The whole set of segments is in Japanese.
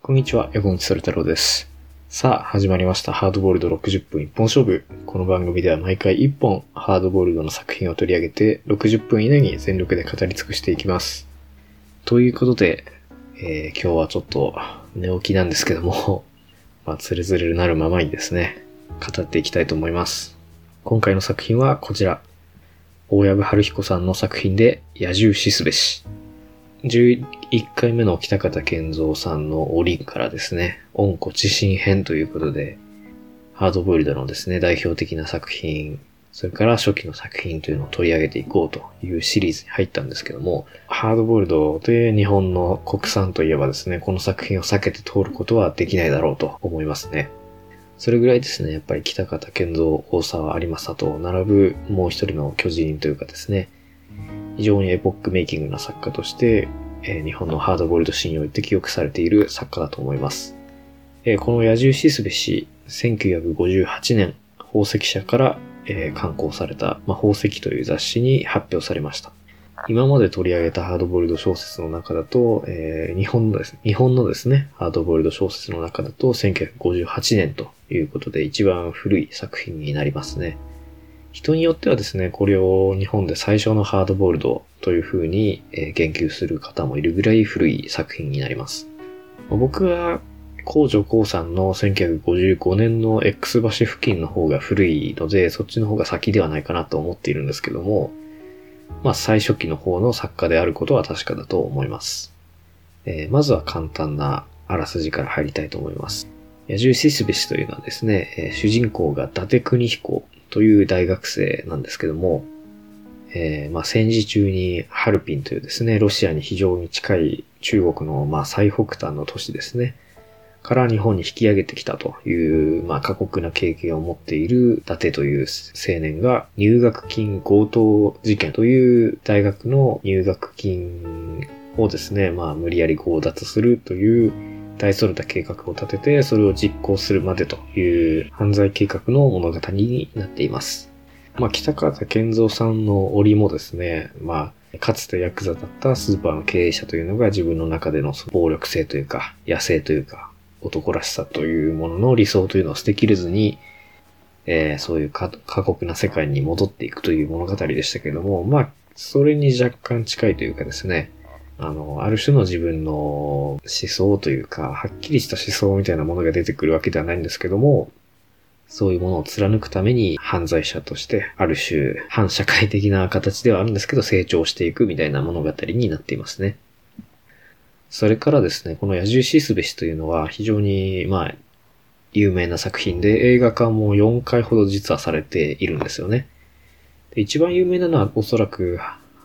こんにちは、横道それ太郎です。さあ、始まりました。ハードボイルド60分一本勝負。この番組では毎回1本ハードボイルドの作品を取り上げて60分以内に全力で語り尽くしていきます。ということで、今日はちょっと寝起きなんですけども、つれづれなるままにですね、語っていきたいと思います。今回の作品はこちら。大藪春彦さんの作品で野獣死すべし。11回目の北方健三さんの折からですね、温故知新編ということで、ハードボイルドのですね、代表的な作品、それから初期の作品というのを取り上げていこうというシリーズに入ったんですけども、ハードボイルドで日本の国産といえばですね、この作品を避けて通ることはできないだろうと思いますね。それぐらいですね、やっぱり北方健三、大沢有正と並ぶもう一人の巨人というかですね、非常にエポックメイキングな作家として、日本のハードボイルドシーンにおいて記憶されている作家だと思います。この野獣死すべし、1958年、宝石社から、刊行された、宝石という雑誌に発表されました。今まで取り上げたハードボイルド小説の中だと、日本のですね、ハードボイルド小説の中だと1958年ということで一番古い作品になりますね。人によってはですね、これを日本で最初のハードボイルドという風に言及する方もいるぐらい古い作品になります。僕は高女光さんの1955年の X 橋付近の方が古いので、そっちの方が先ではないかなと思っているんですけども、最初期の方の作家であることは確かだと思います。まずは簡単なあらすじから入りたいと思います。野獣死すべしというのはですね、主人公が伊達邦彦という大学生なんですけども、戦時中にハルピンというですね、ロシアに非常に近い中国の最北端の都市ですね、から日本に引き上げてきたという、過酷な経験を持っている伊達という青年が入学金強盗事件という大学の入学金をですね、無理やり強奪するという大それた計画を立てて、それを実行するまでという犯罪計画の物語になっています。北方健三さんの折もですね、かつてヤクザだったスーパーの経営者というのが自分の中での暴力性というか、野生というか、男らしさというものの理想というのを捨てきれずに、そういう過酷な世界に戻っていくという物語でしたけれども、それに若干近いというかですね、ある種の自分の思想というか、はっきりした思想みたいなものが出てくるわけではないんですけども、そういうものを貫くために犯罪者として、ある種反社会的な形ではあるんですけど、成長していくみたいな物語になっていますね。それからですね、この野獣死すべしというのは非常に有名な作品で、映画化も4回ほど実はされているんですよね。で、一番有名なのはおそらく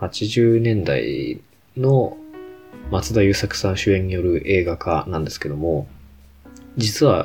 80年代の松田優作さん主演による映画化なんですけども、実は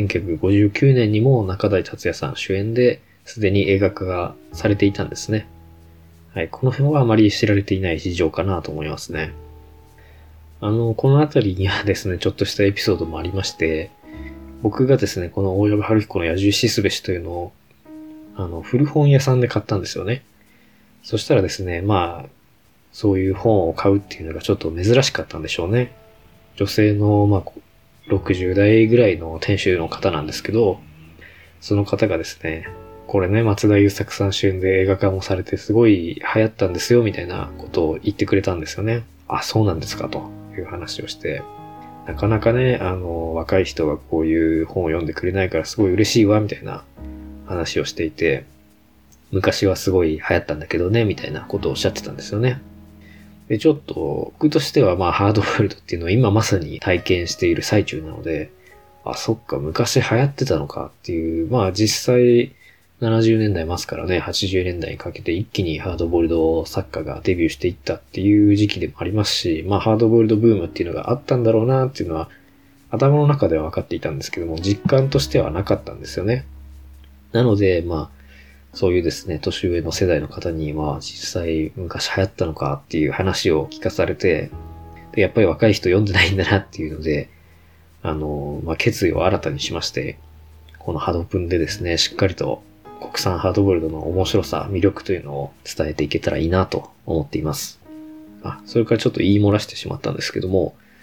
1959年にも中台達也さん主演ですでに映画化がされていたんですね。はい、この辺はあまり知られていない事情かなと思いますね。このあたりにはですね、ちょっとしたエピソードもありまして、僕がですね、この大藪春彦の野獣死すべしというのを、古本屋さんで買ったんですよね。そしたらですね、そういう本を買うっていうのがちょっと珍しかったんでしょうね。女性の、60代ぐらいの店主の方なんですけど、その方がですね、これね、松田優作さん主演で映画化もされてすごい流行ったんですよ、みたいなことを言ってくれたんですよね。あ、そうなんですか、という話をして、なかなかね、若い人がこういう本を読んでくれないからすごい嬉しいわ、みたいな話をしていて、昔はすごい流行ったんだけどね、みたいなことをおっしゃってたんですよね。で、ちょっと、僕としてはハードボイルドっていうのを今まさに体験している最中なので、あ、そっか、昔流行ってたのかっていう、実際、70年代末からね、80年代にかけて一気にハードボイルド作家がデビューしていったっていう時期でもありますし、ハードボイルドブームっていうのがあったんだろうなっていうのは、頭の中では分かっていたんですけども、実感としてはなかったんですよね。なので、そういうですね、年上の世代の方に、実際昔流行ったのかっていう話を聞かされて、で、やっぱり若い人読んでないんだなっていうので、決意を新たにしまして、このハドプンでですね、しっかりと国産ハードボイルドの面白さ、魅力というのを伝えていけたらいいなと思っています。それからちょっと言い漏らしてしまったんですけども、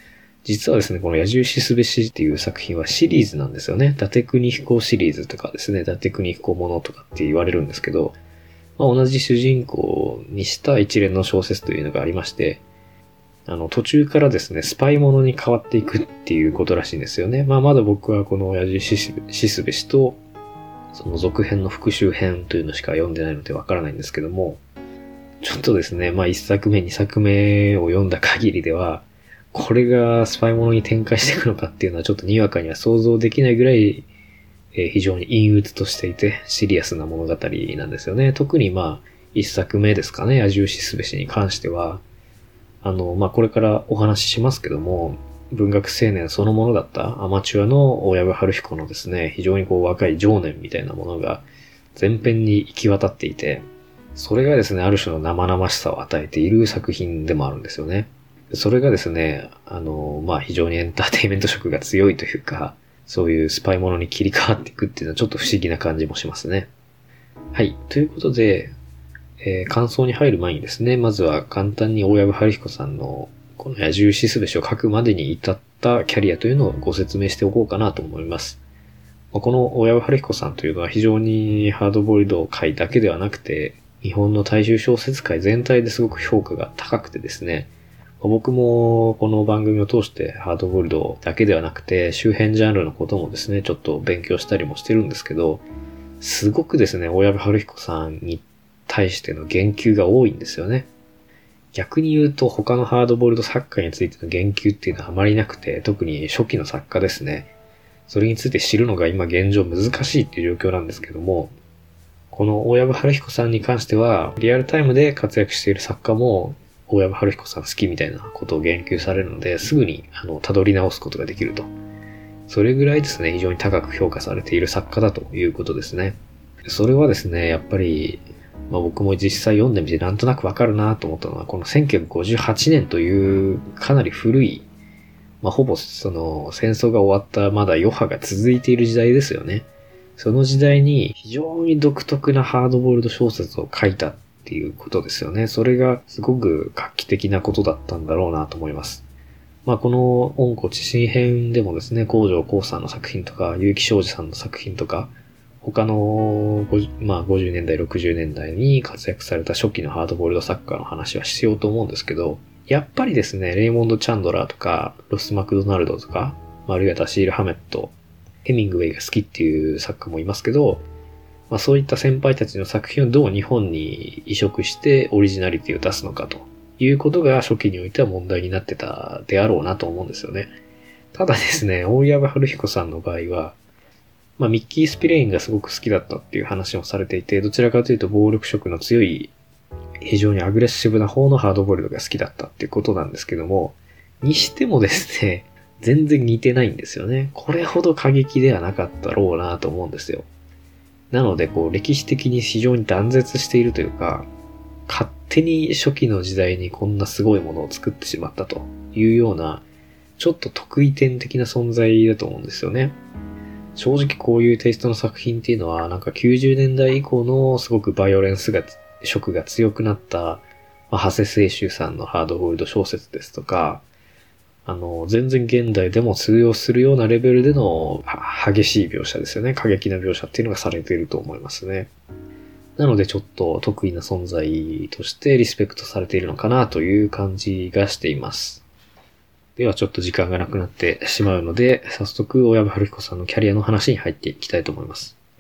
実はですね、この矢印すべしっていう作品はシリーズなんですよね。伊達国彦シリーズとかですね、伊達国彦ものとかって言われるんですけど、同じ主人公にした一連の小説というのがありまして、途中からですね、スパイものに変わっていくっていうことらしいんですよね。まだ僕はこの矢印すべしと、その続編の復習編というのしか読んでないのでわからないんですけども、ちょっとですね、一作目、二作目を読んだ限りでは、これがスパイものに展開していくのかっていうのはちょっとにわかには想像できないぐらい、非常に陰鬱としていてシリアスな物語なんですよね。特に一作目ですかね、矢印すべしに関しては、これからお話ししますけども、文学青年そのものだったアマチュアの大藪春彦のですね、非常に若い情念みたいなものが前編に行き渡っていて、それがですね、ある種の生々しさを与えている作品でもあるんですよね。それがですね、非常にエンターテインメント色が強いというか、そういうスパイものに切り替わっていくっていうのはちょっと不思議な感じもしますね。はい。ということで、感想に入る前にですね、まずは簡単に大藪春彦さんのこの矢印すべしを書くまでに至ったキャリアというのをご説明しておこうかなと思います。この大藪春彦さんというのは非常にハードボイルド界だけではなくて、日本の大衆小説界全体ですごく評価が高くてですね、僕もこの番組を通してハードボイルドだけではなくて周辺ジャンルのこともですね、ちょっと勉強したりもしてるんですけど、すごくですね、大藪春彦さんに対しての言及が多いんですよね。逆に言うと他のハードボイルド作家についての言及っていうのはあまりなくて、特に初期の作家ですね。それについて知るのが今現状難しいっていう状況なんですけども、この大藪春彦さんに関してはリアルタイムで活躍している作家も大藪春彦さん好きみたいなことを言及されるので、すぐに辿り直すことができると。それぐらいですね、非常に高く評価されている作家だということですね。それはですね、やっぱり僕も実際読んでみてなんとなくわかるなと思ったのは、この1958年というかなり古い、ほぼその戦争が終わったまだ余波が続いている時代ですよね。その時代に非常に独特なハードボイルド小説を書いたっていうことですよね。それがすごく画期的なことだったんだろうなと思います。この温故知新編でもですね、高城光さんの作品とか、結城昌司さんの作品とか、他の50年代、60年代に活躍された初期のハードボイルド作家の話はしようと思うんですけど、やっぱりですね、レイモンド・チャンドラーとか、ロス・マクドナルドとか、あるいはダシール・ハメット、ヘミングウェイが好きっていう作家もいますけど、そういった先輩たちの作品をどう日本に移植してオリジナリティを出すのかということが初期においては問題になってたであろうなと思うんですよね。ただですね、大藪春彦さんの場合は、ミッキー・スピレインがすごく好きだったっていう話もされていて、どちらかというと暴力色の強い、非常にアグレッシブな方のハードボイルドが好きだったっていうことなんですけども、にしてもですね、全然似てないんですよね。これほど過激ではなかったろうなと思うんですよ。なので、歴史的に非常に断絶しているというか、勝手に初期の時代にこんなすごいものを作ってしまったというような、ちょっと特異点的な存在だと思うんですよね。正直こういうテイストの作品っていうのは、90年代以降のすごくバイオレンス色が強くなった、長谷清舟さんのハードボイルド小説ですとか、全然現代でも通用するようなレベルでの激しい描写ですよね。過激な描写っていうのがされていると思いますね。なのでちょっと得意な存在としてリスペクトされているのかなという感じがしています。ではちょっと時間がなくなってしまうので、早速大藪春彦さんのキャリアの話に入っていきたいと思います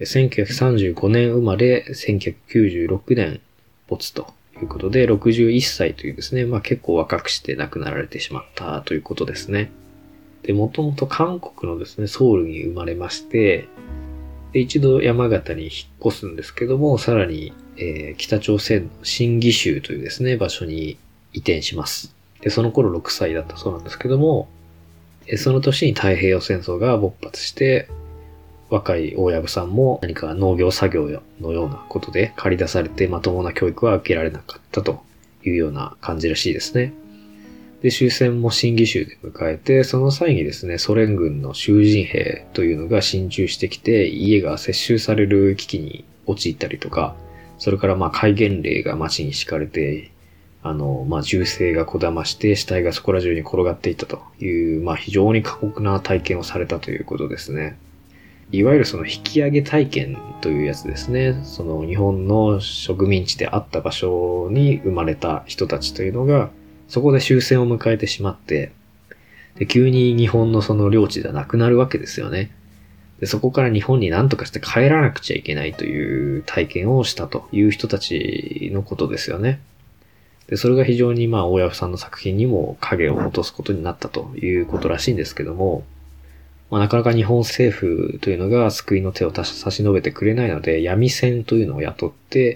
。1935年生まれ、1996年没ということで、61歳というですね、結構若くして亡くなられてしまったということですね。で、もともと韓国のですね、ソウルに生まれまして、で一度山形に引っ越すんですけども、さらに、北朝鮮の新義州というですね、場所に移転します。で、その頃6歳だったそうなんですけども、その年に太平洋戦争が勃発して、若い大藪さんも何か農業作業のようなことで駆り出されてまともな教育は受けられなかったというような感じらしいですね。で、終戦も新義州で迎えて、その際にですね、ソ連軍の囚人兵というのが進駐してきて、家が接収される危機に陥ったりとか、それから戒厳令が町に敷かれて、 銃声がこだまして死体がそこら中に転がっていたという、非常に過酷な体験をされたということですね。いわゆるその引き上げ体験というやつですね。その日本の植民地であった場所に生まれた人たちというのが、そこで終戦を迎えてしまって、で急に日本のその領地ではなくなるわけですよね。でそこから日本に何とかして帰らなくちゃいけないという体験をしたという人たちのことですよね。でそれが非常に大藪さんの作品にも影を落とすことになったということらしいんですけども、なかなか日本政府というのが救いの手を差し伸べてくれないので、闇船というのを雇って、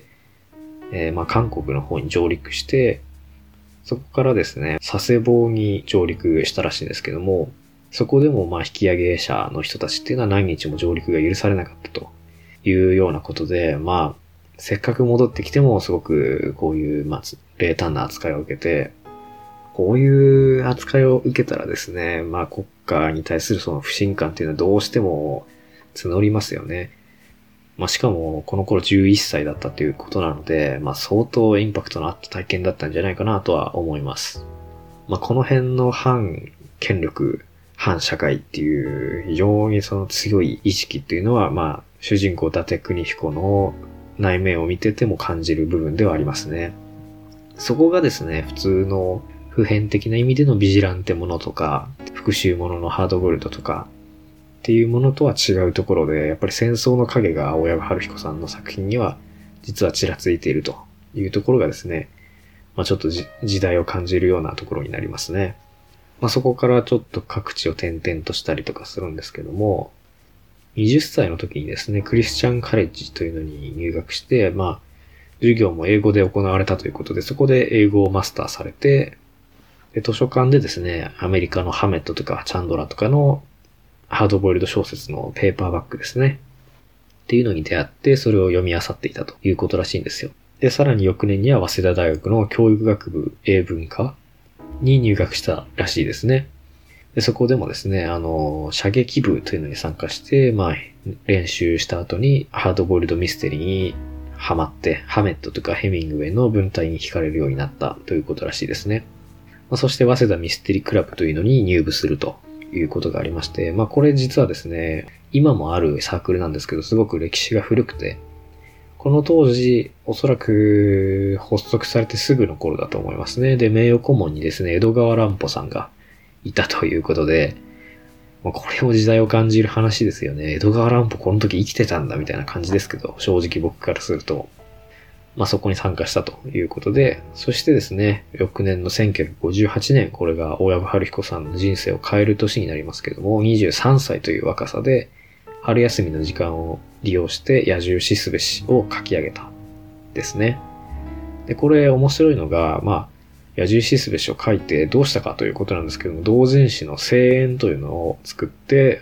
韓国の方に上陸して、そこからですね、佐世保に上陸したらしいんですけども、そこでも引き上げ者の人たちっていうのは何日も上陸が許されなかったというようなことで、せっかく戻ってきてもすごくこういう冷淡な扱いを受けて、こういう扱いを受けたらですね、国家に対するその不信感っていうのはどうしても募りますよね。しかもこの頃11歳だったということなので、相当インパクトのあった体験だったんじゃないかなとは思います。この辺の反権力、反社会っていう非常にその強い意識っていうのは、主人公伊達邦彦の内面を見てても感じる部分ではありますね。そこがですね、普通の普遍的な意味でのビジランテものとか、復讐もののハードボイルドとかっていうものとは違うところで、やっぱり戦争の影が大藪春彦さんの作品には実はちらついているというところがですね、ちょっと時代を感じるようなところになりますね。そこからちょっと各地を転々としたりとかするんですけども、20歳の時にですね、クリスチャンカレッジというのに入学して、授業も英語で行われたということで、そこで英語をマスターされて、で図書館でですね、アメリカのハメットとかチャンドラとかのハードボイルド小説のペーパーバッグですね。っていうのに出会って、それを読み漁っていたということらしいんですよ。で、さらに翌年には早稲田大学の教育学部英文科に入学したらしいですね。でそこでもですね、射撃部というのに参加して、練習した後にハードボイルドミステリーにハマって、ハメットとかヘミングウェイの文体に惹かれるようになったということらしいですね。そして早稲田ミステリークラブというのに入部するということがありまして、これ実はですね、今もあるサークルなんですけど、すごく歴史が古くて、この当時、おそらく発足されてすぐの頃だと思いますね。で、名誉顧問にですね、江戸川乱歩さんがいたということで、これも時代を感じる話ですよね。江戸川乱歩この時生きてたんだみたいな感じですけど、正直僕からすると、そこに参加したということで、そしてですね、翌年の1958年、これが大藪春彦さんの人生を変える年になりますけども、23歳という若さで、春休みの時間を利用して野獣死すべしを書き上げたですね。で、これ面白いのが、野獣死すべしを書いてどうしたかということなんですけども、同人誌の声援というのを作って、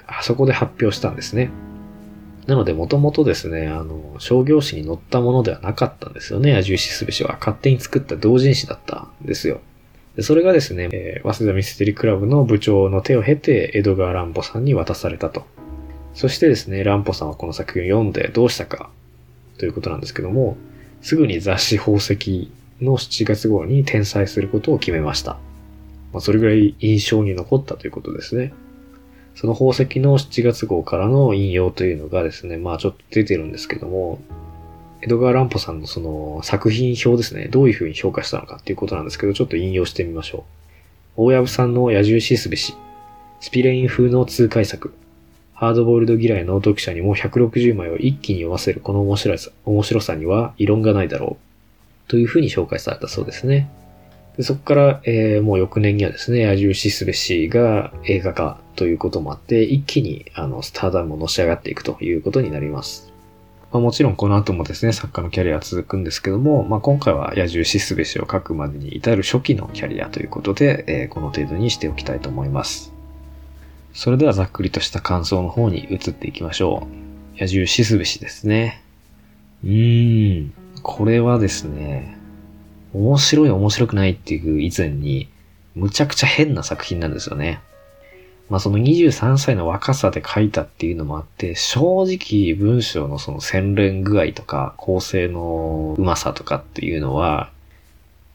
そこで発表したんですね。なので、もともとですね、商業誌に載ったものではなかったんですよね。野獣死すべしは勝手に作った同人誌だったんですよ。でそれがですね、早稲田ミステリークラブの部長の手を経て、江戸川乱歩さんに渡されたと。そしてですね、乱歩さんはこの作品を読んでどうしたかということなんですけども、すぐに雑誌宝石の7月号に転載することを決めました。それぐらい印象に残ったということですね。その宝石の7月号からの引用というのがですね、ちょっと出てるんですけども、江戸川乱歩さんのその作品表ですね、どういう風に評価したのかっていうことなんですけど、ちょっと引用してみましょう。大藪さんの野獣死すべし、スピレイン風の痛快作、ハードボイルド嫌いの読者にも160枚を一気に読ませるこの面白さには異論がないだろう。という風に紹介されたそうですね。でそこから、もう翌年にはですね、野獣死すべしが映画化ということもあって、一気にスターダムをのし上がっていくということになります。もちろんこの後もですね、作家のキャリアは続くんですけども、今回は野獣死すべしを書くまでに至る初期のキャリアということで、この程度にしておきたいと思います。それではざっくりとした感想の方に移っていきましょう。野獣死すべしですね。これはですね、面白い面白くないっていう以前に、むちゃくちゃ変な作品なんですよね。その23歳の若さで書いたっていうのもあって、正直文章のその洗練具合とか構成のうまさとかっていうのは、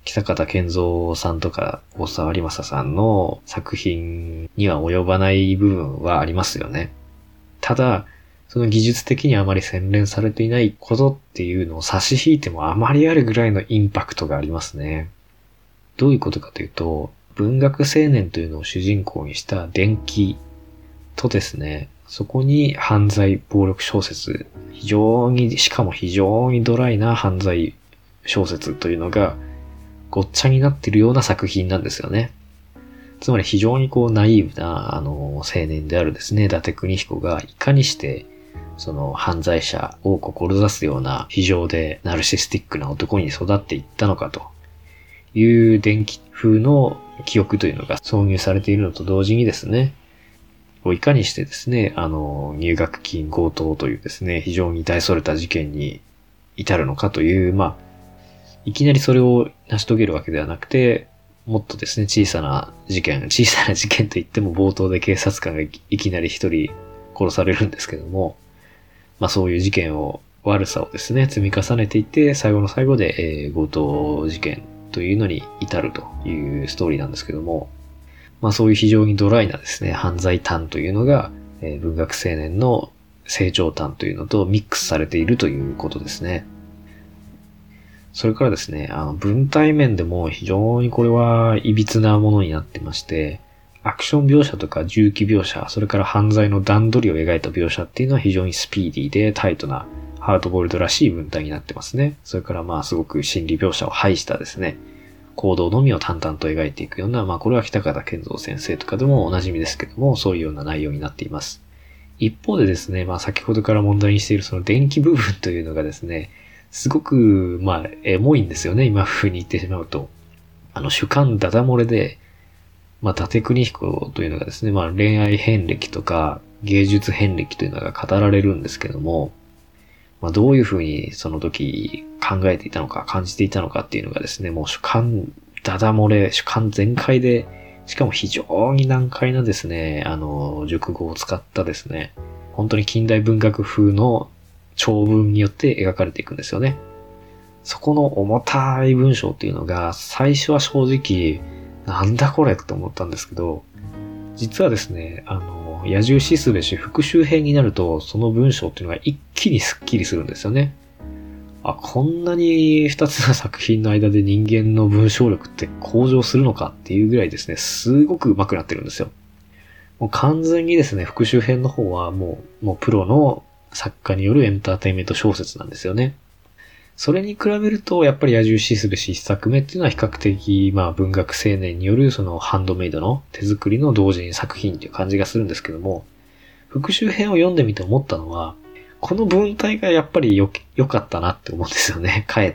北方健三さんとか大沢有正さんの作品には及ばない部分はありますよね。ただ、その技術的にあまり洗練されていないことっていうのを差し引いてもあまりあるぐらいのインパクトがありますね。どういうことかというと、文学青年というのを主人公にした伝記とですね、そこに犯罪暴力小説、しかも非常にドライな犯罪小説というのがごっちゃになっているような作品なんですよね。つまり非常にナイーブな青年であるですね、伊達邦彦がいかにしてその犯罪者を志すような非常でナルシスティックな男に育っていったのかという伝記風の記憶というのが挿入されているのと同時にですね、いかにしてですね、入学金強盗というですね、非常に大それた事件に至るのかという、いきなりそれを成し遂げるわけではなくて、もっとですね、小さな事件といっても冒頭で警察官がいきなり一人殺されるんですけども、そういう事件悪さをですね、積み重ねていって、最後の最後で、強盗事件というのに至るというストーリーなんですけども、そういう非常にドライなですね、犯罪譚というのが、文学青年の成長譚というのとミックスされているということですね。それからですね、文体面でも非常にこれは歪なものになってまして、アクション描写とか銃器描写、それから犯罪の段取りを描いた描写っていうのは非常にスピーディーでタイトなハードボイルドらしい文体になってますね。それからすごく心理描写を排したですね、行動のみを淡々と描いていくような、これは北方健三先生とかでもおなじみですけども、そういうような内容になっています。一方でですね、先ほどから問題にしているその電気部分というのがですね、すごく、エモいんですよね、今風に言ってしまうと。主観ダダ漏れで、伊達邦彦というのがですね、恋愛遍歴とか芸術遍歴というのが語られるんですけども、どういう風にその時考えていたのか感じていたのかっていうのがですね、もう主観ダダ漏れ、主観全開で、しかも非常に難解なですね、熟語を使ったですね、本当に近代文学風の長文によって描かれていくんですよね。そこの重たい文章っていうのが、最初は正直、なんだこれって思ったんですけど、実はですね、野獣死すべし復讐編になると、その文章っていうのが一気にスッキリするんですよね。こんなに二つの作品の間で人間の文章力って向上するのかっていうぐらいですね、すごく上手くなってるんですよ。もう完全にですね、復讐編の方はもうプロの作家によるエンターテインメント小説なんですよね。それに比べると、やっぱり野獣死すべし一作目っていうのは比較的、文学青年によるそのハンドメイドの手作りの同人作品っていう感じがするんですけども、復讐編を読んでみて思ったのは、この文体がやっぱり良かったなって思うんですよね、かえって。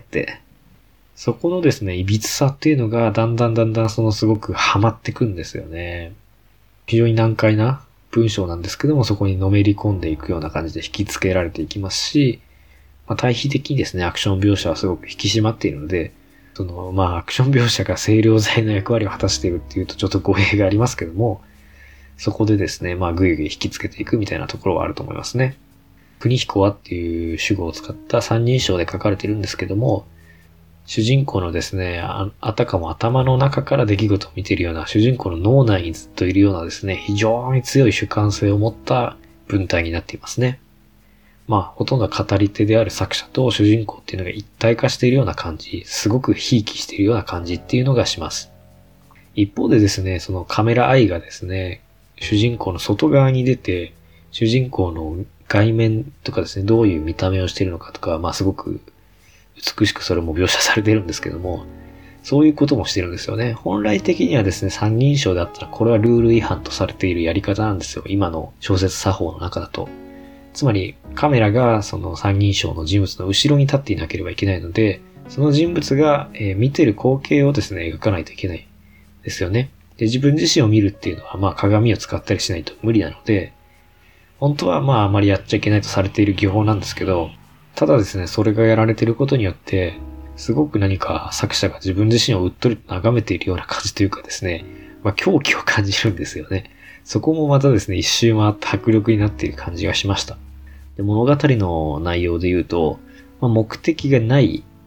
そこのですね、歪さっていうのがだんだんそのすごくハマってくんですよね。非常に難解な文章なんですけども、そこにのめり込んでいくような感じで引きつけられていきますし、対比的にですね、アクション描写はすごく引き締まっているので、アクション描写が清涼剤の役割を果たしているっていうとちょっと語弊がありますけども、そこでですね、ぐいぐい引きつけていくみたいなところはあると思いますね。邦彦はっていう主語を使った三人称で書かれているんですけども、主人公のですね、あたかも頭の中から出来事を見ているような、主人公の脳内にずっといるようなですね、非常に強い主観性を持った文体になっていますね。ほとんど語り手である作者と主人公っていうのが一体化しているような感じ、すごくひいきしているような感じっていうのがします。一方でですね、そのカメラアイがですね、主人公の外側に出て、主人公の外面とかですね、どういう見た目をしているのかとか、すごく美しくそれも描写されてるんですけども、そういうこともしてるんですよね。本来的にはですね、三人称であったら、これはルール違反とされているやり方なんですよ。今の小説作法の中だと。つまり、カメラがその三人称の人物の後ろに立っていなければいけないので、その人物が見てる光景をですね、描かないといけないですよね。で、自分自身を見るっていうのは、鏡を使ったりしないと無理なので、本当はあまりやっちゃいけないとされている技法なんですけど、ただですね、それがやられていることによって、すごく何か作者が自分自身をうっとりと眺めているような感じというかですね、狂気を感じるんですよね。そこもまたですね、一周回った迫力になっている感じがしました。で、物語の内容で言うと、目的がない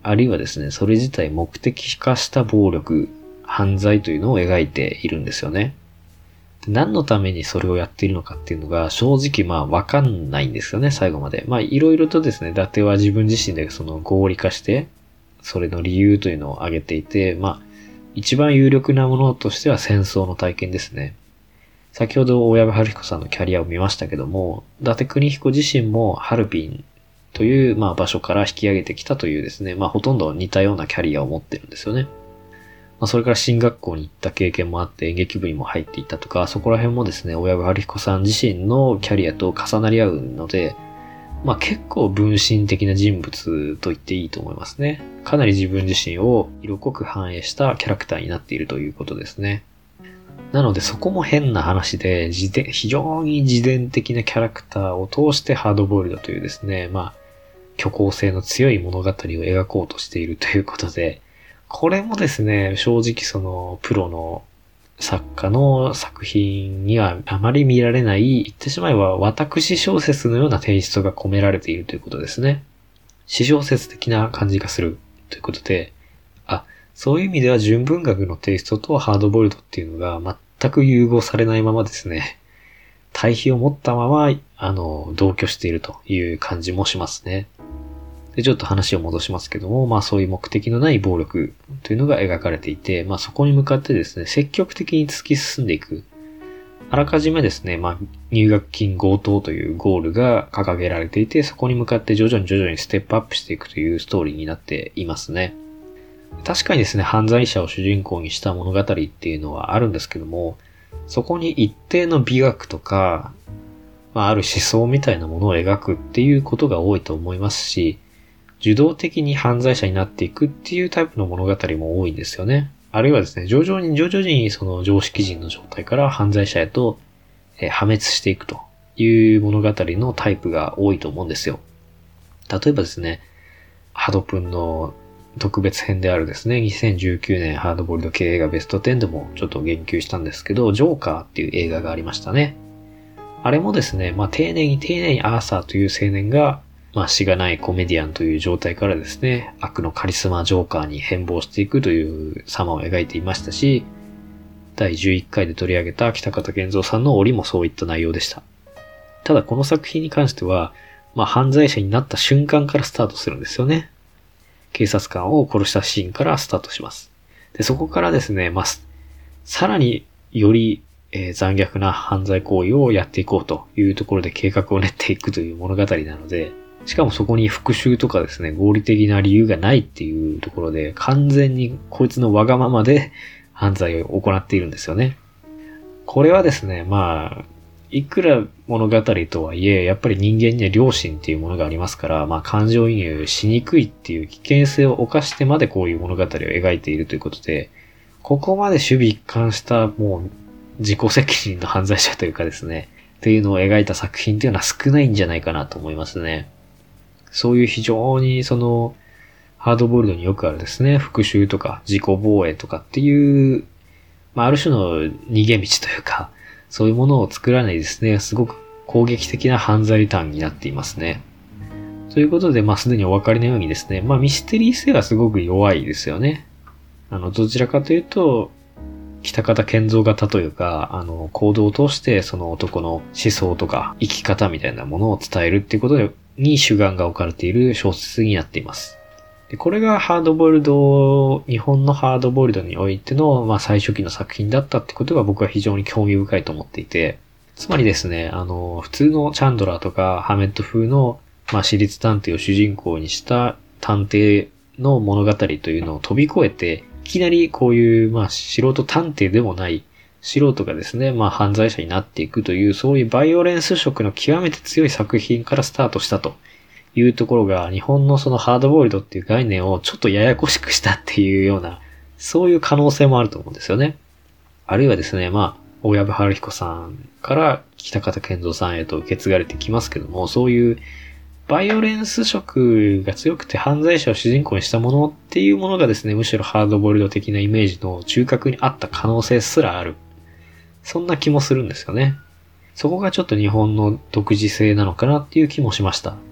あるいはですね、それ自体目的化した暴力、犯罪というのを描いているんですよね。何のためにそれをやっているのかっていうのが正直わかんないんですよね、最後まで。いろいろとですね、伊達は自分自身でその合理化して、それの理由というのを挙げていて、一番有力なものとしては戦争の体験ですね。先ほど大藪春彦さんのキャリアを見ましたけども、伊達邦彦自身もハルピンという場所から引き上げてきたというですね、ほとんど似たようなキャリアを持ってるんですよね。それから進学校に行った経験もあって演劇部にも入っていったとか、そこら辺もですね、大藪春彦さん自身のキャリアと重なり合うので、結構分身的な人物と言っていいと思いますね。かなり自分自身を色濃く反映したキャラクターになっているということですね。なのでそこも変な話で、非常に自伝的なキャラクターを通してハードボイルドというですね、虚構性の強い物語を描こうとしているということで、これもですね、正直そのプロの作家の作品にはあまり見られない、言ってしまえば私小説のようなテイストが込められているということですね。詩小説的な感じがするということで、そういう意味では純文学のテイストとハードボイルドっていうのが全く融合されないままですね、対比を持ったまま、同居しているという感じもしますね。で、ちょっと話を戻しますけども、そういう目的のない暴力というのが描かれていて、そこに向かってですね、積極的に突き進んでいく。あらかじめですね、入学金強盗というゴールが掲げられていて、そこに向かって徐々にステップアップしていくというストーリーになっていますね。確かにですね、犯罪者を主人公にした物語っていうのはあるんですけども、そこに一定の美学とか、ある思想みたいなものを描くっていうことが多いと思いますし、受動的に犯罪者になっていくっていうタイプの物語も多いんですよね。あるいはですね、徐々にその常識人の状態から犯罪者へと破滅していくという物語のタイプが多いと思うんですよ。例えばですね、ハドプンの特別編であるですね、2019年ハードボイルド系映画ベスト10でもちょっと言及したんですけど、ジョーカーっていう映画がありましたね。あれもですね、丁寧にアーサーという青年がしがないコメディアンという状態からですね、悪のカリスマジョーカーに変貌していくという様を描いていましたし、第11回で取り上げた北方健三さんの檻もそういった内容でした。ただこの作品に関しては、犯罪者になった瞬間からスタートするんですよね。警察官を殺したシーンからスタートします。で、そこからですね、さらにより残虐な犯罪行為をやっていこうというところで計画を練っていくという物語なので、しかもそこに復讐とかですね、合理的な理由がないっていうところで、完全にこいつのわがままで犯罪を行っているんですよね。これはですね、いくら物語とはいえ、やっぱり人間には良心っていうものがありますから、感情移入しにくいっていう危険性を冒してまでこういう物語を描いているということで、ここまで守備一貫したもう自己責任の犯罪者というかですね、っていうのを描いた作品っていうのは少ないんじゃないかなと思いますね。そういう非常にハードボイルドによくあるですね、復讐とか自己防衛とかっていう、ある種の逃げ道というか、そういうものを作らないですね、すごく攻撃的な犯罪ターンになっていますね。ということで、すでにお分かりのようにですね、ミステリー性はすごく弱いですよね。どちらかというと、北方健三型というか、行動を通してその男の思想とか生き方みたいなものを伝えるっていうことに主眼が置かれている小説になっています。で、これがハードボイルド、日本のハードボイルドにおいての、最初期の作品だったってことが僕は非常に興味深いと思っていて、つまりですね、普通のチャンドラーとかハメット風の、私立探偵を主人公にした探偵の物語というのを飛び越えて、いきなりこういう、素人探偵でもない素人がですね、犯罪者になっていくという、そういうバイオレンス色の極めて強い作品からスタートしたというところが、日本のそのハードボイルドっていう概念をちょっとややこしくしたっていうような、そういう可能性もあると思うんですよね。あるいはですね、大藪春彦さんから北方健三さんへと受け継がれてきますけども、そういうバイオレンス色が強くて犯罪者を主人公にしたものっていうものがですね、むしろハードボイルド的なイメージの中核にあった可能性すらある。そんな気もするんですよね。そこがちょっと日本の独自性なのかなっていう気もしました。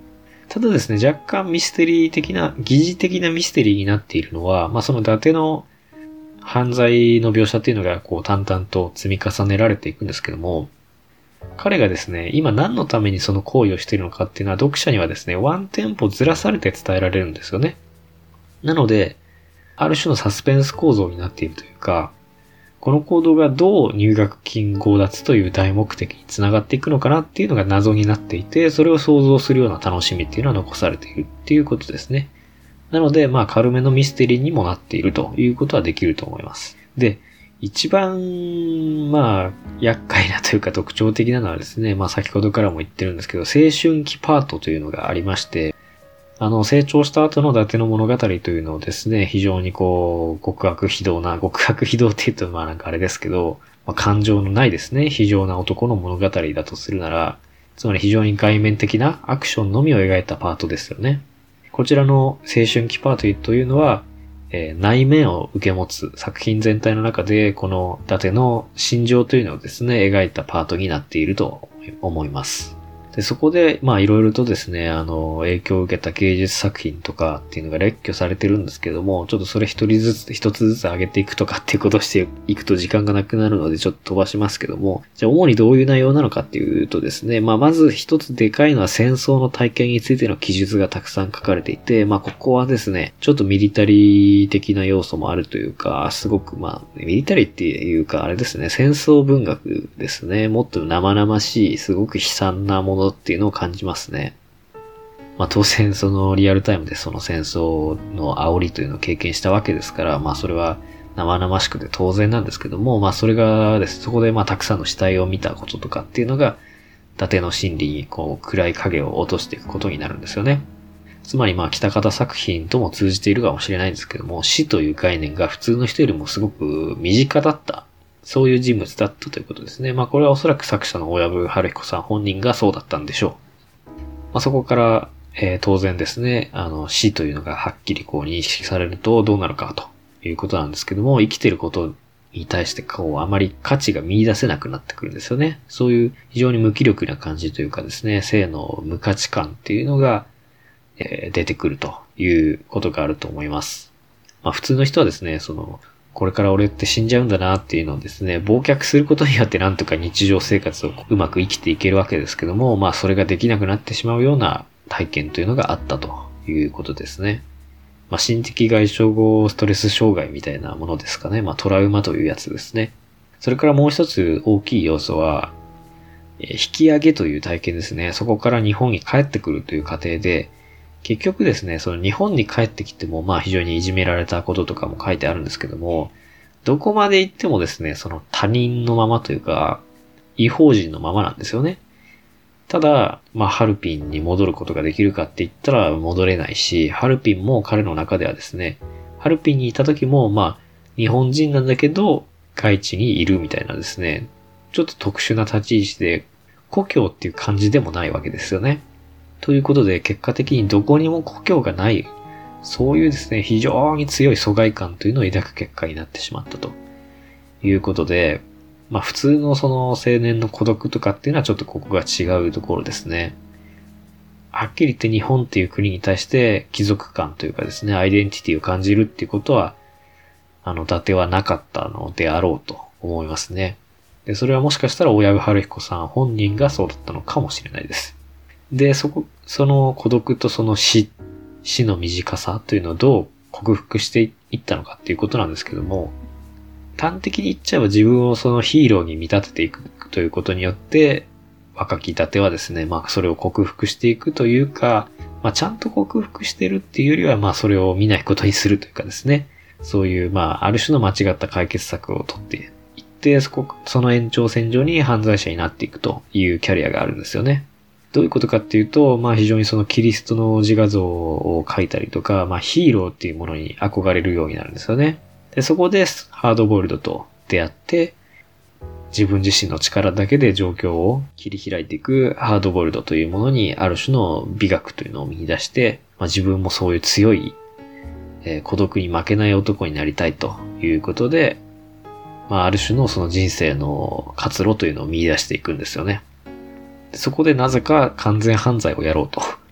ただですね、若干ミステリー的な、疑似的なミステリーになっているのは、まあその伊達の犯罪の描写っていうのがこう淡々と積み重ねられていくんですけども、彼がですね、今何のためにその行為をしているのかっていうのは読者にはですね、ワンテンポずらされて伝えられるんですよね。なので、ある種のサスペンス構造になっているというか、この行動がどう入学金強奪という大目的につながっていくのかなっていうのが謎になっていて、それを想像するような楽しみっていうのは残されているっていうことですね。なので、まあ軽めのミステリーにもなっているということはできると思います。で、一番、まあ、厄介なというか特徴的なのはですね、まあ先ほどからも言ってるんですけど、青春期パートというのがありまして、成長した後の伊達の物語というのをですね、非常にこう、極悪非道って言うとまあなんかあれですけど、まあ、感情のないですね、非情な男の物語だとするなら、つまり非常に外面的なアクションのみを描いたパートですよね。こちらの青春期パートというのは、内面を受け持つ作品全体の中で、この伊達の心情というのをですね、描いたパートになっていると思います。で、そこで、まあいろいろとですね、影響を受けた芸術作品とかっていうのが列挙されてるんですけども、ちょっとそれ一つずつ上げていくとかっていうことをしていくと時間がなくなるのでちょっと飛ばしますけども、じゃあ主にどういう内容なのかっていうとですね、まあまず一つでかいのは戦争の体験についての記述がたくさん書かれていて、まあここはですね、ちょっとミリタリー的な要素もあるというか、すごくまあ、ミリタリーっていうかあれですね、戦争文学ですね、もっと生々しい、すごく悲惨なものっていうのを感じますね。まあ当然そのリアルタイムでその戦争の煽りというのを経験したわけですから、まあそれは生々しくて当然なんですけども、まあそれがです、そこでまあたくさんの死体を見たこととかっていうのが、伊達の心理にこう暗い影を落としていくことになるんですよね。つまりまあ北方作品とも通じているかもしれないんですけども、死という概念が普通の人よりもすごく身近だった。そういう人物だったということですね。まあこれはおそらく作者の親分春彦さん本人がそうだったんでしょう。まあそこから、当然ですね、死というのがはっきりこう認識されるとどうなるかということなんですけども、生きていることに対してこうあまり価値が見出せなくなってくるんですよね。そういう非常に無気力な感じというかですね、生の無価値観っていうのが、出てくるということがあると思います。まあ普通の人はですね、これから俺って死んじゃうんだなっていうのをですね、忘却することによってなんとか日常生活をうまく生きていけるわけですけども、まあそれができなくなってしまうような体験というのがあったということですね。まあ心的外傷後ストレス障害みたいなものですかね。まあトラウマというやつですね。それからもう一つ大きい要素は、引き上げという体験ですね。そこから日本に帰ってくるという過程で、結局ですね、その日本に帰ってきても、まあ非常にいじめられたこととかも書いてあるんですけども、どこまで行ってもですね、その他人のままというか、異邦人のままなんですよね。ただ、まあハルピンに戻ることができるかって言ったら戻れないし、ハルピンも彼の中ではですね、ハルピンにいた時も、まあ日本人なんだけど、外地にいるみたいなですね、ちょっと特殊な立ち位置で、故郷っていう感じでもないわけですよね。ということで、結果的にどこにも故郷がない、そういうですね、非常に強い疎外感というのを抱く結果になってしまったということで、まあ普通のその青年の孤独とかっていうのはちょっとここが違うところですね。はっきり言って日本っていう国に対して貴族感というかですね、アイデンティティを感じるっていうことは、伊達はなかったのであろうと思いますね。で、それはもしかしたら親分春彦さん本人がそうだったのかもしれないです。で、その孤独とその死の短さというのをどう克服していったのかっていうことなんですけども、端的に言っちゃえば自分をそのヒーローに見立てていくということによって、若き伊達はですね、まあそれを克服していくというか、まあちゃんと克服してるっていうよりは、まあそれを見ないことにするというかですね、そういうまあある種の間違った解決策を取っていって、その延長線上に犯罪者になっていくというキャリアがあるんですよね。どういうことかっていうと、まあ非常にそのキリストの自画像を描いたりとか、まあヒーローっていうものに憧れるようになるんですよね。で、そこでハードボイルドと出会って、自分自身の力だけで状況を切り開いていくハードボイルドというものにある種の美学というのを見出して、まあ、自分もそういう強い、孤独に負けない男になりたいということで、まあある種のその人生の活路というのを見出していくんですよね。そこでなぜか完全犯罪をやろうと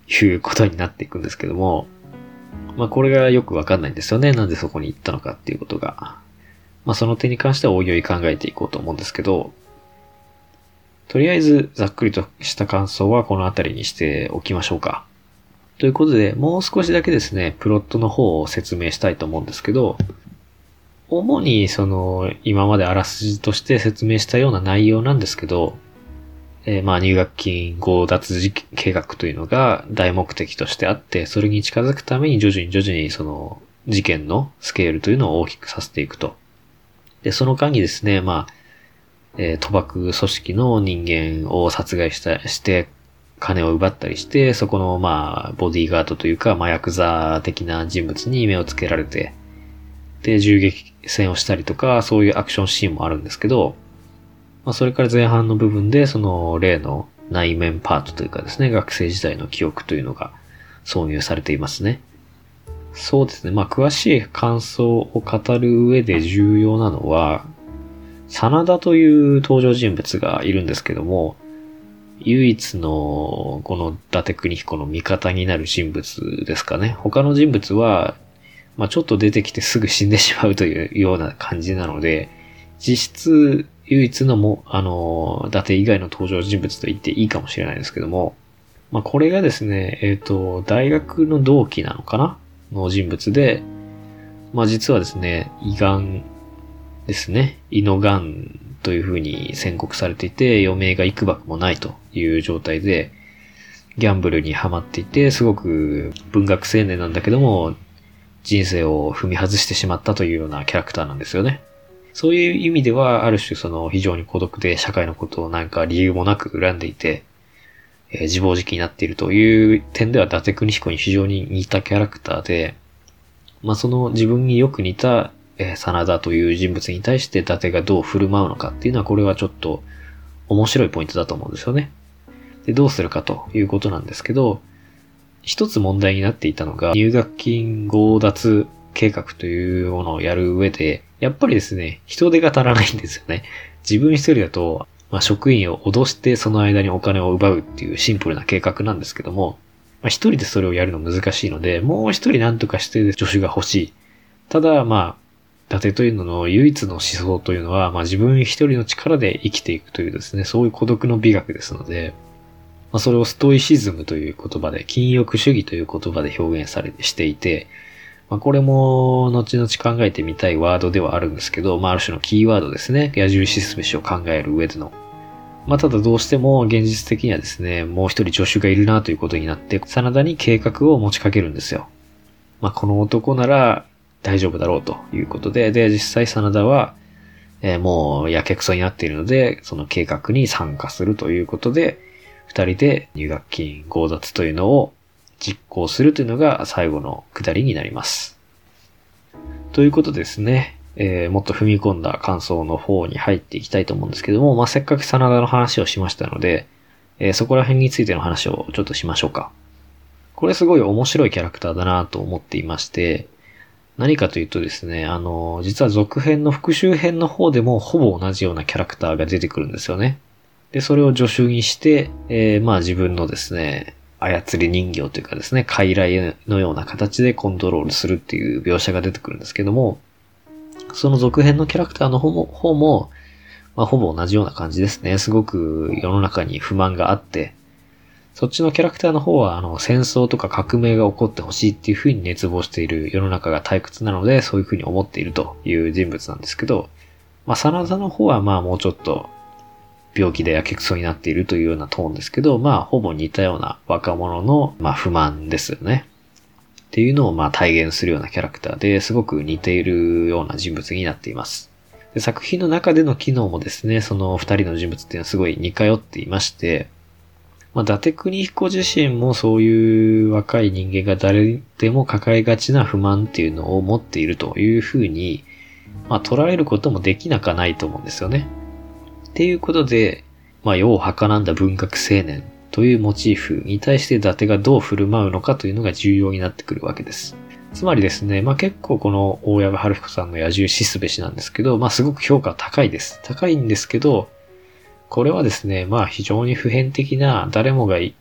いうことになっていくんですけども、まあこれがよくわかんないんですよね。なんでそこに行ったのかっていうことが。まあその点に関してはおいおい考えていこうと思うんですけど、とりあえずざっくりとした感想はこのあたりにしておきましょうか。ということで、もう少しだけですね、プロットの方を説明したいと思うんですけど、主に今まであらすじとして説明したような内容なんですけど、まあ入学金強奪計画というのが大目的としてあって、それに近づくために徐々に事件のスケールというのを大きくさせていくと。で、その間にですね、まあ、賭博組織の人間を殺害して金を奪ったりして、そこのまあ、ボディーガードというか、まあ、ヤクザ的な人物に目をつけられて、で、銃撃戦をしたりとか、そういうアクションシーンもあるんですけど、まあ、それから前半の部分で、例の内面パートというかですね、学生時代の記憶というのが挿入されていますね。そうですね。まあ、詳しい感想を語る上で重要なのは、真田という登場人物がいるんですけども、唯一のこの伊達邦彦の味方になる人物ですかね。他の人物は、まあ、ちょっと出てきてすぐ死んでしまうというような感じなので、実質唯一の伊達以外の登場人物と言っていいかもしれないですけども、まあ、これがですね、大学の同期なのかなの人物で、まあ、実はですね、胃がんですね、胃のがんという風に宣告されていて、余命が幾ばくもないという状態で、ギャンブルにハマっていて、すごく文学青年なんだけども、人生を踏み外してしまったというようなキャラクターなんですよね。そういう意味では、ある種非常に孤独で社会のことをなんか理由もなく恨んでいて、自暴自棄になっているという点では伊達邦彦に非常に似たキャラクターで、まあ自分によく似た真田という人物に対して伊達がどう振る舞うのかっていうのはこれはちょっと面白いポイントだと思うんですよね。で、どうするかということなんですけど、一つ問題になっていたのが入学金強奪計画というものをやる上で、やっぱりですね、人手が足らないんですよね。自分一人だと、まあ、職員を脅してその間にお金を奪うっていうシンプルな計画なんですけども、まあ、一人でそれをやるの難しいので、もう一人何とかして助手が欲しい。ただ、まあ、伊達というのの唯一の思想というのは、まあ自分一人の力で生きていくというですね、そういう孤独の美学ですので、まあそれをストイシズムという言葉で、禁欲主義という言葉で表現していて、まあこれも後々考えてみたいワードではあるんですけど、まあある種のキーワードですね、矢印すべしを考える上での。まあただどうしても現実的にはですね、もう一人助手がいるなということになって、真田に計画を持ちかけるんですよ。まあこの男なら、大丈夫だろうということで、実際真田は、もうやけくそになっているので、その計画に参加するということで、二人で入学金強奪というのを実行するというのが最後の下りになります。ということですね、もっと踏み込んだ感想の方に入っていきたいと思うんですけども、まあ、せっかく真田の話をしましたので、そこら辺についての話をちょっとしましょうか。これすごい面白いキャラクターだなと思っていまして、何かというとですね、実は続編の復習編の方でもほぼ同じようなキャラクターが出てくるんですよね。で、それを助手にして、まあ自分のですね、操り人形というかですね、傀儡のような形でコントロールするっていう描写が出てくるんですけども、その続編のキャラクターの方も、まあほぼ同じような感じですね。すごく世の中に不満があって、そっちのキャラクターの方は、戦争とか革命が起こってほしいっていう風に熱望している世の中が退屈なので、そういう風に思っているという人物なんですけど、まあ、真田の方はまあもうちょっと、病気でやけくそになっているというようなトーンですけど、まあ、ほぼ似たような若者の、まあ、不満ですよね。っていうのをまあ体現するようなキャラクターですごく似ているような人物になっています。で、作品の中での機能もですね、その二人の人物っていうのはすごい似通っていまして、まあ、伊達邦彦自身もそういう若い人間が誰でも抱えがちな不満っていうのを持っているというふうに、まあ、捉えることもできなくはないと思うんですよね。っていうことで、まあ、世を儚んだ文学青年というモチーフに対して伊達がどう振る舞うのかというのが重要になってくるわけです。つまりですね、まあ、結構この大藪春彦さんの野獣しすべしなんですけど、まあ、すごく評価は高いです。高いんですけど、これはですね、まあ非常に普遍的な誰もが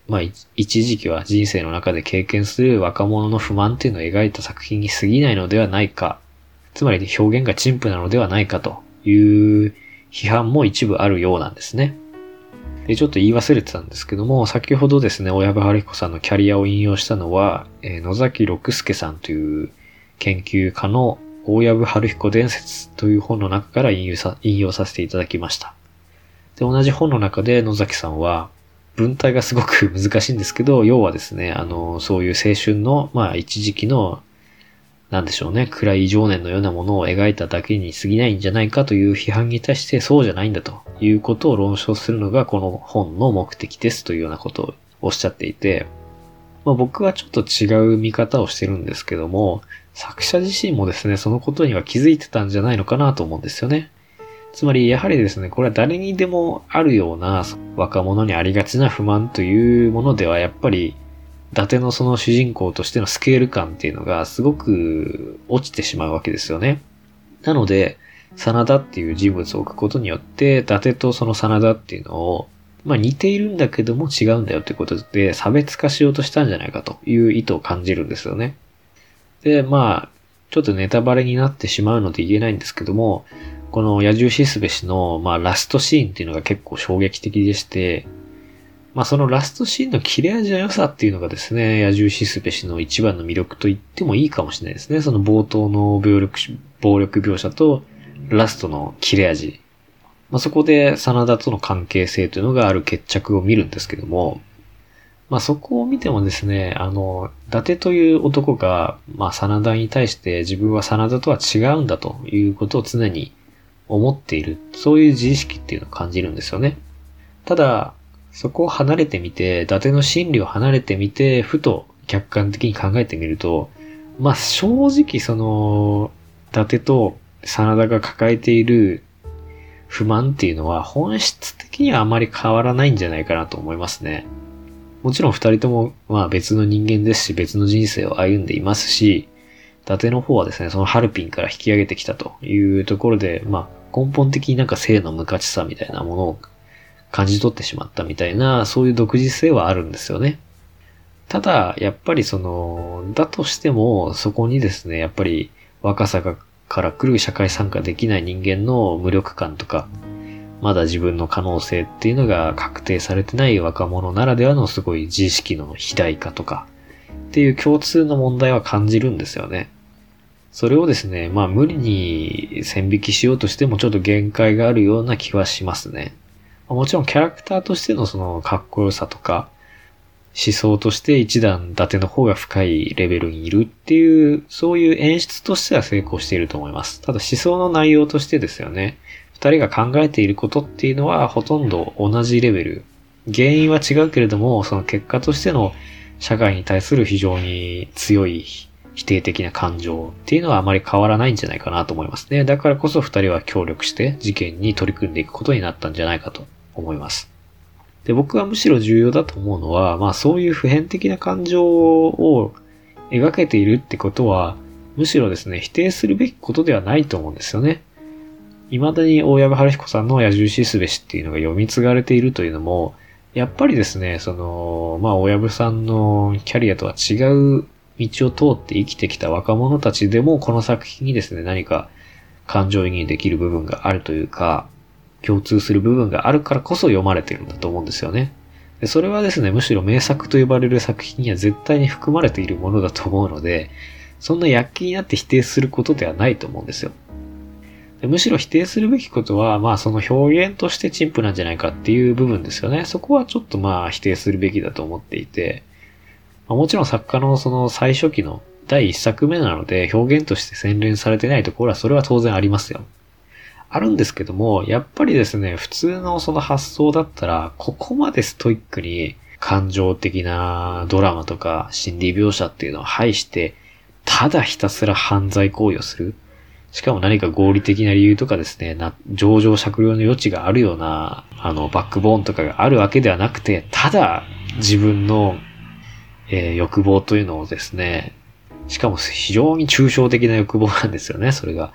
一時期は人生の中で経験する若者の不満っていうのを描いた作品に過ぎないのではないか。つまり表現が陳腐なのではないかという批判も一部あるようなんですね。で、ちょっと言い忘れてたんですけども、先ほどですね、大藪春彦さんのキャリアを引用したのは、野崎六輔さんという研究家の大藪春彦伝説という本の中から引用させていただきました。で、同じ本の中で野崎さんは、文体がすごく難しいんですけど、要はですね、そういう青春の、一時期の、なんでしょうね、暗い情念のようなものを描いただけに過ぎないんじゃないかという批判に対してそうじゃないんだということを論証するのがこの本の目的ですというようなことをおっしゃっていて、僕はちょっと違う見方をしてるんですけども、作者自身もですね、そのことには気づいてたんじゃないのかなと思うんですよね。つまりやはりですね、これは誰にでもあるような若者にありがちな不満というものではやっぱり伊達のその主人公としてのスケール感っていうのがすごく落ちてしまうわけですよね。なので、真田っていう人物を置くことによって、伊達とその真田っていうのを、似ているんだけども違うんだよということで差別化しようとしたんじゃないかという意図を感じるんですよね。で、ちょっとネタバレになってしまうので言えないんですけども、この野獣しすべしの、ラストシーンっていうのが結構衝撃的でして、そのラストシーンの切れ味の良さっていうのがですね、野獣しすべしの一番の魅力と言ってもいいかもしれないですね。その冒頭の暴力描写とラストの切れ味。そこで真田との関係性というのがある決着を見るんですけども、そこを見てもですね、伊達という男が、真田に対して自分は真田とは違うんだということを常に思っている。そういう自意識っていうのを感じるんですよね。ただ、そこを離れてみて、伊達の心理を離れてみて、ふと客観的に考えてみると、正直その、伊達と真田が抱えている不満っていうのは本質的にはあまり変わらないんじゃないかなと思いますね。もちろん二人とも別の人間ですし、別の人生を歩んでいますし、伊達の方はですね、そのハルピンから引き上げてきたというところで、根本的に生の無価値さみたいなものを感じ取ってしまったみたいな、そういう独自性はあるんですよね。ただ、やっぱりだとしても、そこにですね、やっぱり若さから来る社会参加できない人間の無力感とか、まだ自分の可能性っていうのが確定されてない若者ならではのすごい自意識の肥大化とか、っていう共通の問題は感じるんですよね。それをですね、無理に線引きしようとしてもちょっと限界があるような気はしますね。もちろんキャラクターとしてのそのかっこよさとか、思想として一段伊達の方が深いレベルにいるっていう、そういう演出としては成功していると思います。ただ思想の内容としてですよね。二人が考えていることっていうのはほとんど同じレベル。原因は違うけれども、その結果としての社会に対する非常に強い否定的な感情っていうのはあまり変わらないんじゃないかなと思いますね。だからこそ二人は協力して事件に取り組んでいくことになったんじゃないかと思います。で、僕はむしろ重要だと思うのは、そういう普遍的な感情を描けているってことは、むしろですね、否定するべきことではないと思うんですよね。未だに大藪春彦さんの野獣しすべしっていうのが読み継がれているというのも、やっぱりですね、大藪さんのキャリアとは違う道を通って生きてきた若者たちでも、この作品にですね、何か感情移入できる部分があるというか、共通する部分があるからこそ読まれているんだと思うんですよね。で、それはですね、むしろ名作と呼ばれる作品には絶対に含まれているものだと思うので、そんな躍起になって否定することではないと思うんですよ。で、むしろ否定するべきことは、その表現として陳腐なんじゃないかっていう部分ですよね。そこはちょっと否定するべきだと思っていて、もちろん作家のその最初期の第一作目なので表現として洗練されてないところはそれは当然ありますよ。あるんですけども、やっぱりですね、普通のその発想だったら、ここまでストイックに感情的なドラマとか心理描写っていうのを排して、ただひたすら犯罪行為をする。しかも何か合理的な理由とかですね、情状酌量の余地があるような、バックボーンとかがあるわけではなくて、ただ自分の、欲望というのをですね、しかも非常に抽象的な欲望なんですよね、それが。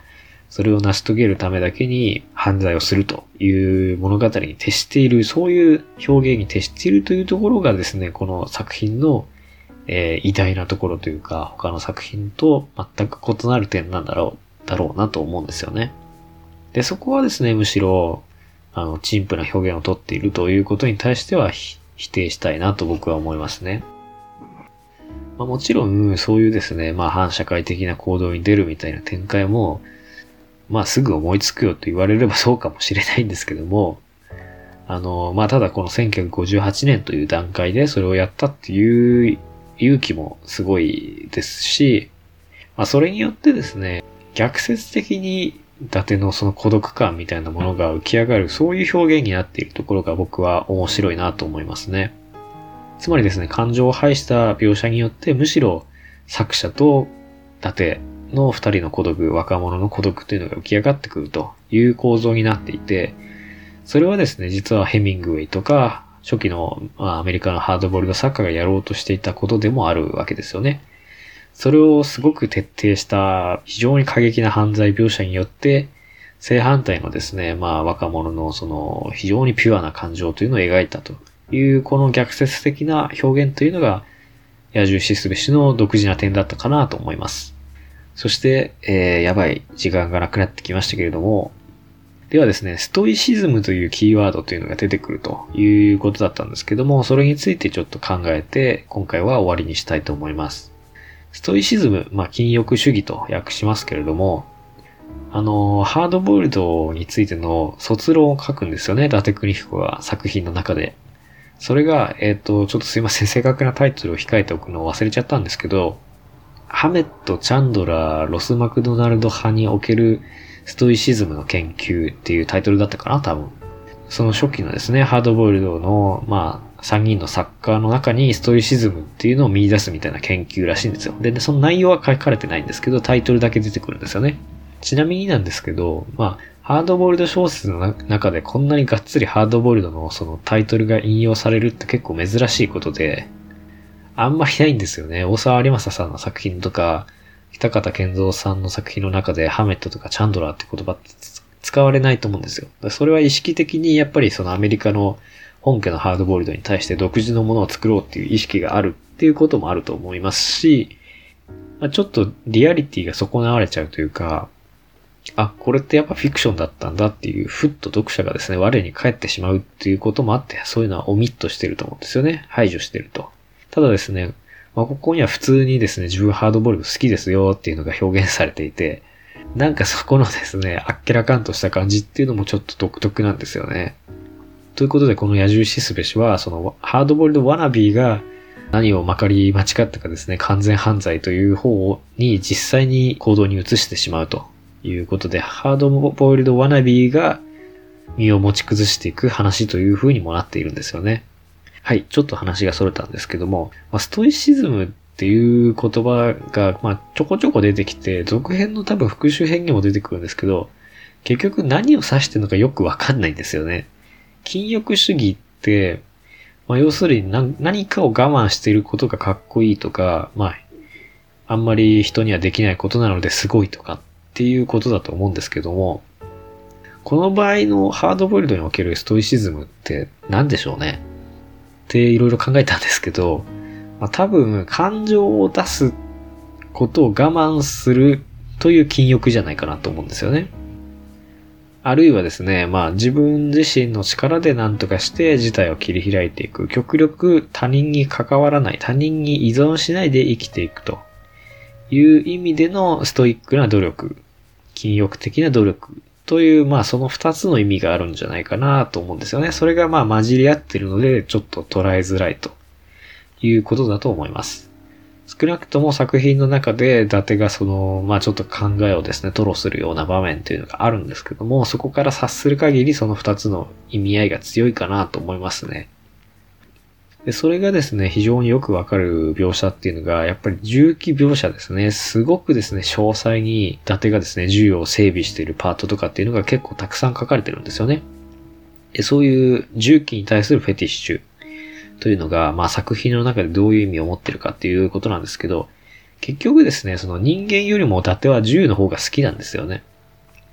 それを成し遂げるためだけに犯罪をするという物語に徹している、そういう表現に徹しているというところがですね、この作品の、偉大なところというか、他の作品と全く異なる点なんだろうなと思うんですよね。で、そこはですね、むしろ、陳腐な表現をとっているということに対しては否定したいなと僕は思いますね。もちろん、そういうですね、反社会的な行動に出るみたいな展開も、すぐ思いつくよと言われればそうかもしれないんですけども、ただこの1958年という段階でそれをやったっていう勇気もすごいですし、それによってですね、逆説的に伊達のその孤独感みたいなものが浮き上がる、そういう表現になっているところが僕は面白いなと思いますね。つまりですね、感情を排した描写によってむしろ作者と伊達の二人の孤独、若者の孤独というのが浮き上がってくるという構造になっていて、それはですね、実はヘミングウェイとか初期のアメリカのハードボイルド作家がやろうとしていたことでもあるわけですよね。それをすごく徹底した非常に過激な犯罪描写によって正反対のですね、若者のその非常にピュアな感情というのを描いたというこの逆説的な表現というのが野獣シスベシの独自な点だったかなと思います。そして、やばい時間がなくなってきましたけれども、ではですね、ストイシズムというキーワードというのが出てくるということだったんですけども、それについてちょっと考えて今回は終わりにしたいと思います。ストイシズム、禁欲主義と訳しますけれども、ハードボイルドについての卒論を書くんですよね、伊達邦彦が作品の中で。それが、ちょっとすいません、正確なタイトルを控えておくのを忘れちゃったんですけど、ハメット・チャンドラー・ロス・マクドナルド派におけるストイシズムの研究っていうタイトルだったかな、多分。その初期のですね、ハードボイルドの、3人の作家の中にストイシズムっていうのを見出すみたいな研究らしいんですよ。で、その内容は書かれてないんですけど、タイトルだけ出てくるんですよね。ちなみになんですけど、ハードボイルド小説の中でこんなにがっつりハードボイルドのそのタイトルが引用されるって結構珍しいことで、あんまりないんですよね。大沢有正さんの作品とか、北方健三さんの作品の中でハメットとかチャンドラーって言葉って使われないと思うんですよ。それは意識的にやっぱりそのアメリカの本家のハードボイルドに対して独自のものを作ろうっていう意識があるっていうこともあると思いますし、ちょっとリアリティが損なわれちゃうというか、これってやっぱフィクションだったんだっていう、ふっと読者がですね、我に返ってしまうっていうこともあって、そういうのはオミットしてると思うんですよね。排除してると。ただですね、ここには普通にですね、自分ハードボイルド好きですよっていうのが表現されていて、なんかそこのですね、あっけらかんとした感じっていうのもちょっと独特なんですよね。ということで、この野獣シスベシは、そのハードボイルドワナビーが何をまかり間違ったかですね、完全犯罪という方に実際に行動に移してしまうということで、ハードボイルドワナビーが身を持ち崩していく話という風にもなっているんですよね。はい、ちょっと話が逸れたんですけども、ストイシズムっていう言葉が、ちょこちょこ出てきて、続編の多分復習編にも出てくるんですけど、結局何を指してるのかよくわかんないんですよね。禁欲主義って、要するに何かを我慢していることがかっこいいとか、あんまり人にはできないことなのですごいとかっていうことだと思うんですけども、この場合のハードボイルドにおけるストイシズムって何でしょうねっていろいろ考えたんですけど、多分感情を出すことを我慢するという禁欲じゃないかなと思うんですよね。あるいはですね、自分自身の力で何とかして事態を切り開いていく。極力他人に関わらない、他人に依存しないで生きていくという意味でのストイックな努力、禁欲的な努力という、その二つの意味があるんじゃないかなと思うんですよね。それが混じり合っているので、ちょっと捉えづらいということだと思います。少なくとも作品の中で伊達がその、ちょっと考えをですね、吐露するような場面というのがあるんですけども、そこから察する限りその二つの意味合いが強いかなと思いますね。で、それがですね、非常によくわかる描写っていうのが、やっぱり銃器描写ですね。すごくですね、詳細に伊達がですね、銃を整備しているパートとかっていうのが結構たくさん書かれてるんですよね。で、そういう銃器に対するフェティッシュというのが、作品の中でどういう意味を持ってるかっていうことなんですけど、結局ですね、その人間よりも伊達は銃の方が好きなんですよね。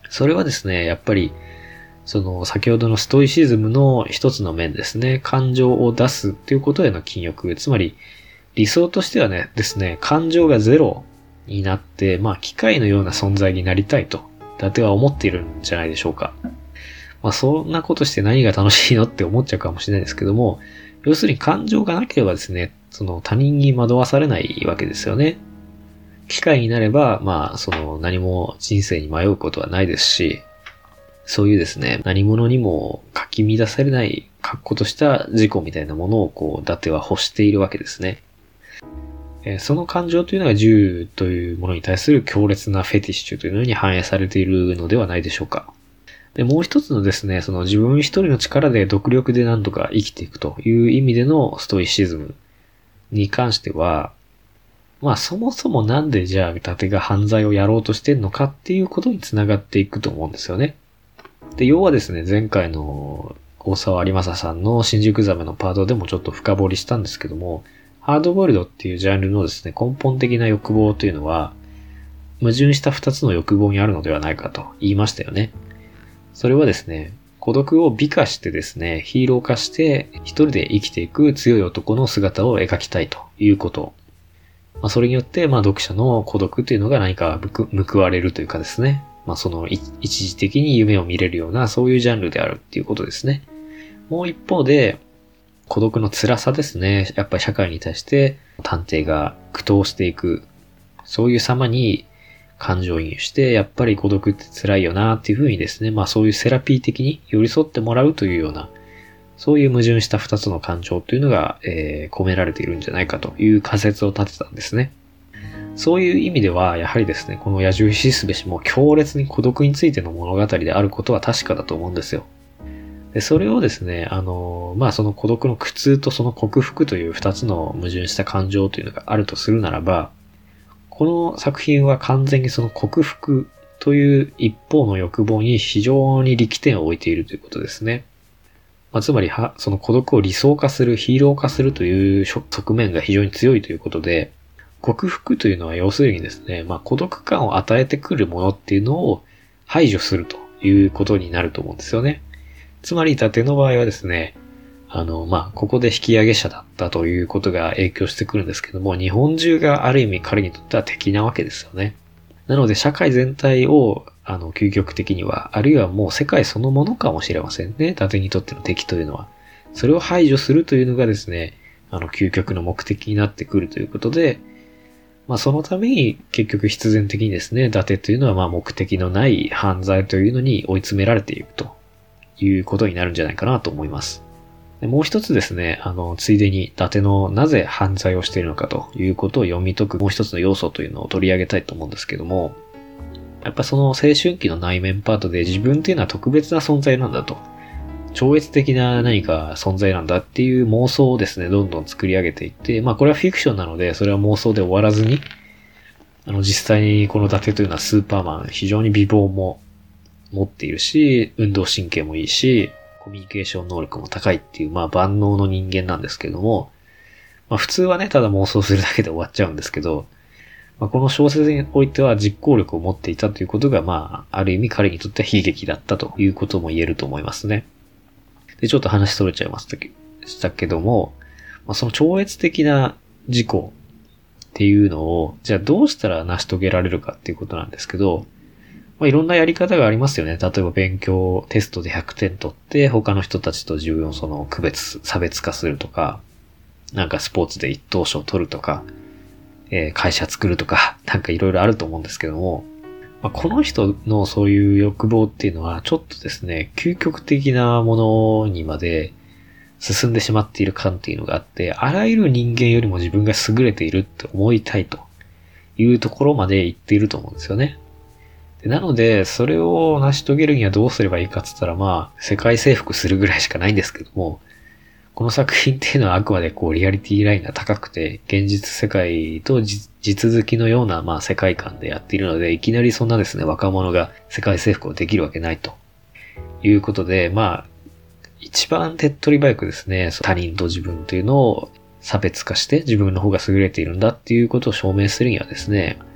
それはですね、やっぱり、先ほどのストイシズムの一つの面ですね、感情を出すっていうことへの禁欲、つまり、理想としてはね、ですね、感情がゼロになって、機械のような存在になりたいと、伊達は思っているんじゃないでしょうか。そんなことして何が楽しいのって思っちゃうかもしれないですけども、要するに感情がなければですね、他人に惑わされないわけですよね。機械になれば、何も人生に迷うことはないですし、そういうですね、何者にもかき乱されない確固とした自己みたいなものを伊達は欲しているわけですね。その感情というのが銃というものに対する強烈なフェティッシュというのに反映されているのではないでしょうか。で、もう一つのですね、自分一人の力で独力で何とか生きていくという意味でのストイシズムに関しては、そもそもなんでじゃあ伊達が犯罪をやろうとしてんのかっていうことにつながっていくと思うんですよね。で、要はですね、前回の大沢有正さんの新宿ザメのパートでもちょっと深掘りしたんですけども、ハードボイルドっていうジャンルのですね、根本的な欲望というのは、矛盾した二つの欲望にあるのではないかと言いましたよね。それはですね、孤独を美化してですね、ヒーロー化して一人で生きていく強い男の姿を描きたいということ。それによって、読者の孤独というのが何か報われるというかですね、一時的に夢を見れるようなそういうジャンルであるっていうことですね。もう一方で、孤独の辛さですね。やっぱり社会に対して探偵が苦闘していく。そういう様に感情移入して、やっぱり孤独って辛いよなっていうふうにですね、そういうセラピー的に寄り添ってもらうというような、そういう矛盾した二つの感情というのが、込められているんじゃないかという仮説を立てたんですね。そういう意味では、やはりですね、この野獣シスベシも強烈に孤独についての物語であることは確かだと思うんですよ。で、それをですね、その孤独の苦痛とその克服という二つの矛盾した感情というのがあるとするならば、この作品は完全にその克服という一方の欲望に非常に力点を置いているということですね。つまりその孤独を理想化する、ヒーロー化するという側面が非常に強いということで、克服というのは要するにですね、孤独感を与えてくるものっていうのを排除するということになると思うんですよね。つまり、伊達の場合はですね、ここで引き上げ者だったということが影響してくるんですけども、日本中がある意味彼にとっては敵なわけですよね。なので、社会全体を、究極的には、あるいはもう世界そのものかもしれませんね。伊達にとっての敵というのは。それを排除するというのがですね、究極の目的になってくるということで、そのために結局必然的にですね、伊達というのは目的のない犯罪というのに追い詰められていくということになるんじゃないかなと思います。でもう一つですね、ついでに伊達のなぜ犯罪をしているのかということを読み解くもう一つの要素というのを取り上げたいと思うんですけども、やっぱその青春期の内面パートで自分っていうのは特別な存在なんだと。超越的な何か存在なんだっていう妄想をですね、どんどん作り上げていって、これはフィクションなので、それは妄想で終わらずに、実際にこの伊達というのはスーパーマン、非常に美貌も持っているし、運動神経もいいし、コミュニケーション能力も高いっていう、万能の人間なんですけども、普通はね、ただ妄想するだけで終わっちゃうんですけど、この小説においては実行力を持っていたということが、ある意味彼にとっては悲劇だったということも言えると思いますね。で、ちょっと話それちゃいましたけども、その超越的な自己っていうのを、じゃあどうしたら成し遂げられるかっていうことなんですけど、いろんなやり方がありますよね。例えば勉強、テストで100点取って、他の人たちと自分を差別化するとか、スポーツで一等賞取るとか、会社作るとか、いろいろあると思うんですけども、この人のそういう欲望っていうのはちょっとですね、究極的なものにまで進んでしまっている感っていうのがあって、あらゆる人間よりも自分が優れているって思いたいというところまで行っていると思うんですよね。でなので、それを成し遂げるにはどうすればいいかって言ったら、世界征服するぐらいしかないんですけども、この作品っていうのはあくまでリアリティラインが高くて、現実世界と地続きのような世界観でやっているので、いきなりそんなですね、若者が世界征服をできるわけないということで、一番手っ取り早くですね、他人と自分というのを差別化して自分の方が優れているんだっていうことを証明するにはですね、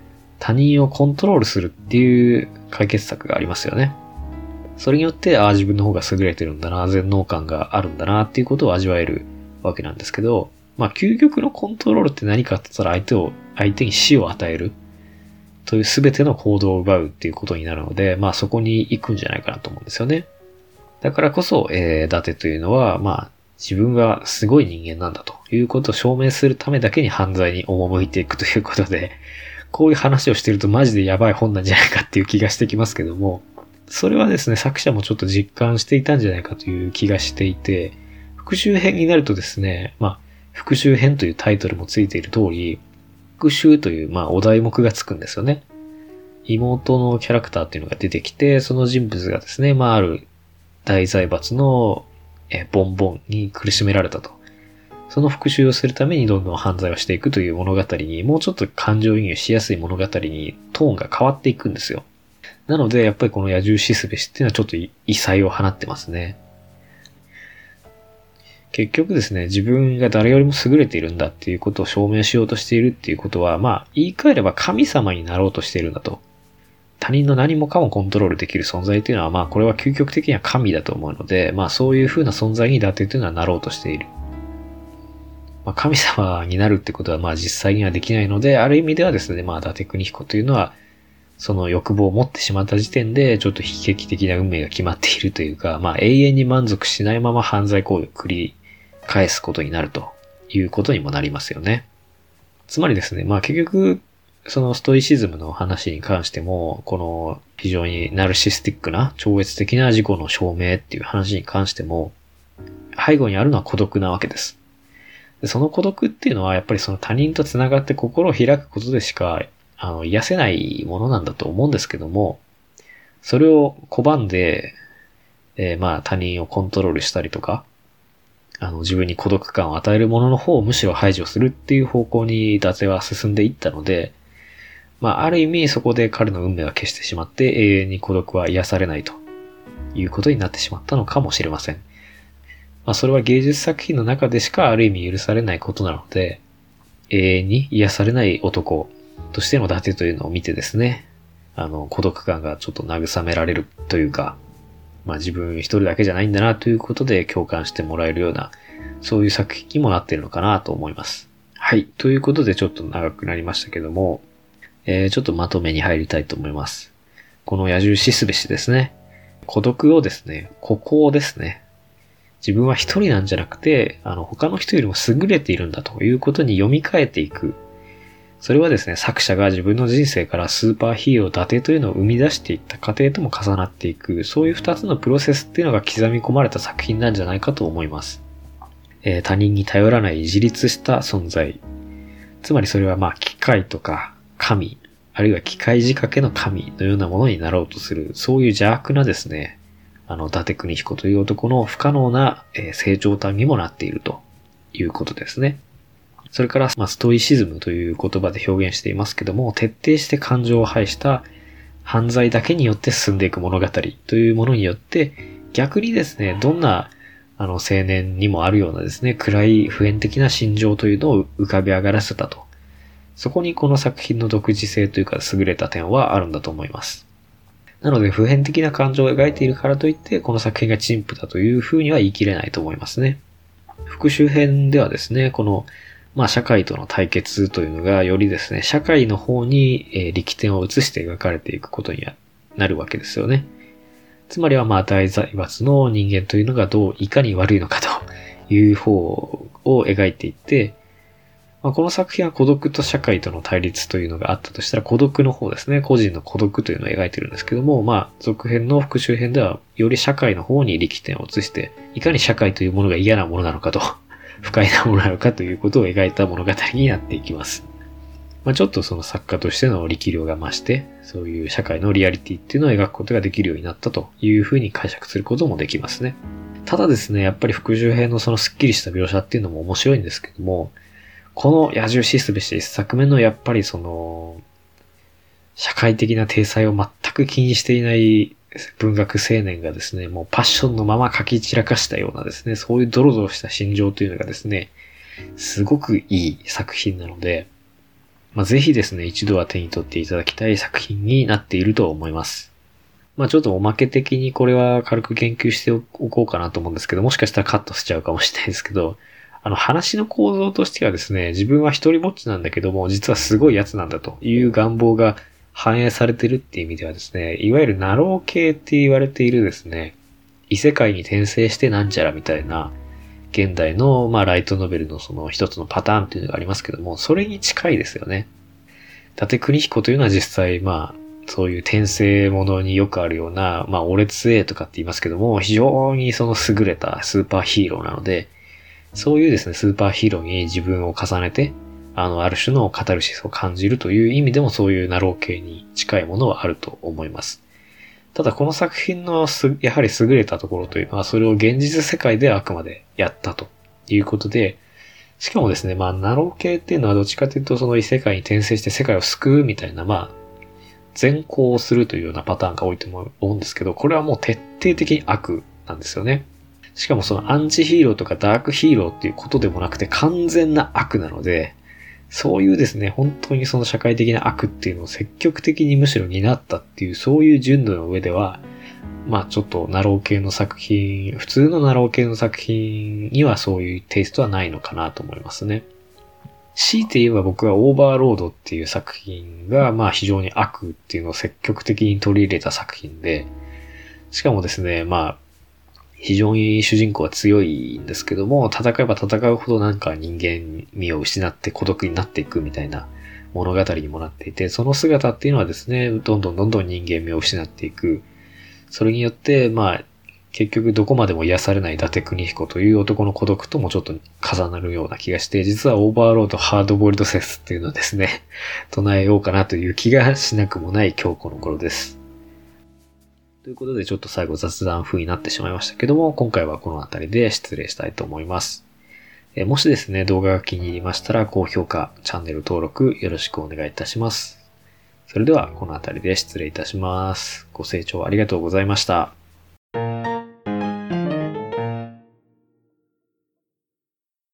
他人をコントロールするっていう解決策がありますよね。それによって、自分の方が優れてるんだな、全能感があるんだなっていうことを味わえるわけなんですけど、究極のコントロールって何かって言ったら相手に死を与えるという全ての行動を奪うっていうことになるので、そこに行くんじゃないかなと思うんですよね。だからこそ、伊達というのは、自分がすごい人間なんだということを証明するためだけに犯罪に赴いていくということで、こういう話をしてるとマジでやばい本なんじゃないかっていう気がしてきますけども、それはですね、作者もちょっと実感していたんじゃないかという気がしていて、復讐編になるとですね、復讐編というタイトルもついている通り、復讐という、お題目がつくんですよね。妹のキャラクターっていうのが出てきて、その人物がですね、ある大財閥のボンボンに苦しめられたと。その復讐をするためにどんどん犯罪をしていくという物語に、もうちょっと感情移入しやすい物語にトーンが変わっていくんですよ。なので、やっぱりこの野獣シスベシっていうのはちょっと異彩を放ってますね。結局ですね、自分が誰よりも優れているんだっていうことを証明しようとしているっていうことは、言い換えれば神様になろうとしているんだと。他人の何もかもコントロールできる存在っていうのは、これは究極的には神だと思うので、そういう風な存在に伊達というのはなろうとしている。神様になるってことは、実際にはできないので、ある意味ではですね、伊達邦彦というのは、その欲望を持ってしまった時点で、ちょっと悲劇的な運命が決まっているというか、永遠に満足しないまま犯罪行為を繰り返すことになるということにもなりますよね。つまりですね、結局、そのストイシズムの話に関しても、この非常にナルシスティックな超越的な自己の証明っていう話に関しても、背後にあるのは孤独なわけです。でその孤独っていうのはやっぱりその他人と繋がって心を開くことでしか癒せないものなんだと思うんですけども、それを拒んで、他人をコントロールしたりとか、自分に孤独感を与えるものの方をむしろ排除するっていう方向に伊達は進んでいったので、ある意味そこで彼の運命は消してしまって永遠に孤独は癒されないということになってしまったのかもしれません。それは芸術作品の中でしかある意味許されないことなので、永遠に癒されない男としての伊達というのを見てですね、孤独感がちょっと慰められるというか、自分一人だけじゃないんだなということで共感してもらえるような、そういう作品にもなっているのかなと思います。はい。ということでちょっと長くなりましたけども、ちょっとまとめに入りたいと思います。この野獣シスベシですね。孤独をですね、孤高ですね。自分は一人なんじゃなくて、他の人よりも優れているんだということに読み替えていく。それはですね、作者が自分の人生からスーパーヒーロー伊達というのを生み出していった過程とも重なっていく、そういう二つのプロセスっていうのが刻み込まれた作品なんじゃないかと思います。他人に頼らない自立した存在。つまりそれは機械とか神、あるいは機械仕掛けの神のようなものになろうとする、そういう邪悪なですね、伊達邦彦という男の不可能な成長端にもなっているということですね。それから、ストイシズムという言葉で表現していますけども、徹底して感情を排した犯罪だけによって進んでいく物語というものによって、逆にですね、どんな青年にもあるようなですね、暗い普遍的な心情というのを浮かび上がらせたと。そこにこの作品の独自性というか優れた点はあるんだと思います。なので普遍的な感情を描いているからといって、この作品が陳腐だというふうには言い切れないと思いますね。復讐編ではですね、この社会との対決というのがよりですね、社会の方に力点を移して描かれていくことになるわけですよね。つまりは大財閥の人間というのがいかに悪いのかという方を描いていって、この作品は孤独と社会との対立というのがあったとしたら孤独の方ですね、個人の孤独というのを描いてるんですけども、続編の復讐編ではより社会の方に力点を移して、いかに社会というものが嫌なものなのかと、不快なものなのかということを描いた物語になっていきます。ちょっとその作家としての力量が増して、そういう社会のリアリティっていうのを描くことができるようになったというふうに解釈することもできますね。ただですね、やっぱり復讐編のそのスッキリした描写っていうのも面白いんですけども、この野獣シスベシ一作目のやっぱりその、社会的な体裁を全く気にしていない文学青年がですね、もうパッションのまま書き散らかしたようなですね、そういうドロドロした心情というのがですね、すごくいい作品なので、 ぜひですね、一度は手に取っていただきたい作品になっていると思います。ちょっとおまけ的にこれは軽く研究しておこうかなと思うんですけど、もしかしたらカットしちゃうかもしれないですけど、話の構造としてはですね、自分は一人ぼっちなんだけども、実はすごいやつなんだという願望が反映されてるっていう意味ではですね、いわゆるナロー系って言われているですね、異世界に転生してなんちゃらみたいな、現代のライトノベルのその一つのパターンっていうのがありますけども、それに近いですよね。伊達邦彦というのは実際そういう転生ものによくあるような、俺強えとかって言いますけども、非常にその優れたスーパーヒーローなので、そういうですね、スーパーヒーローに自分を重ねて、ある種のカタルシスを感じるという意味でもそういうナロー系に近いものはあると思います。ただこの作品のやはり優れたところというのは、それを現実世界であくまでやったということで、しかもですね、ナロー系っていうのはどっちかというとその異世界に転生して世界を救うみたいな、善行をするというようなパターンが多いと思うんですけど、これはもう徹底的に悪なんですよね。しかもそのアンチヒーローとかダークヒーローっていうことでもなくて完全な悪なので、そういうですね、本当にその社会的な悪っていうのを積極的にむしろ担ったっていう、そういう純度の上では、ちょっとナロー系の作品、普通のナロー系の作品にはそういうテイストはないのかなと思いますね。強いて言えば僕はオーバーロードっていう作品が非常に悪っていうのを積極的に取り入れた作品で、しかもですね、非常に主人公は強いんですけども、戦えば戦うほどなんか人間味を失って孤独になっていくみたいな物語にもなっていて、その姿っていうのはですね、どんどん人間味を失っていく。それによって、結局どこまでも癒されない伊達邦彦という男の孤独ともちょっと重なるような気がして、実はオーバーロードハードボイルド説っていうのをですね、唱えようかなという気がしなくもない今日この頃です。ということでちょっと最後雑談風になってしまいましたけども、今回はこの辺りで失礼したいと思います。もしですね、動画が気に入りましたら高評価、チャンネル登録よろしくお願いいたします。それではこの辺りで失礼いたします。ご清聴ありがとうございました。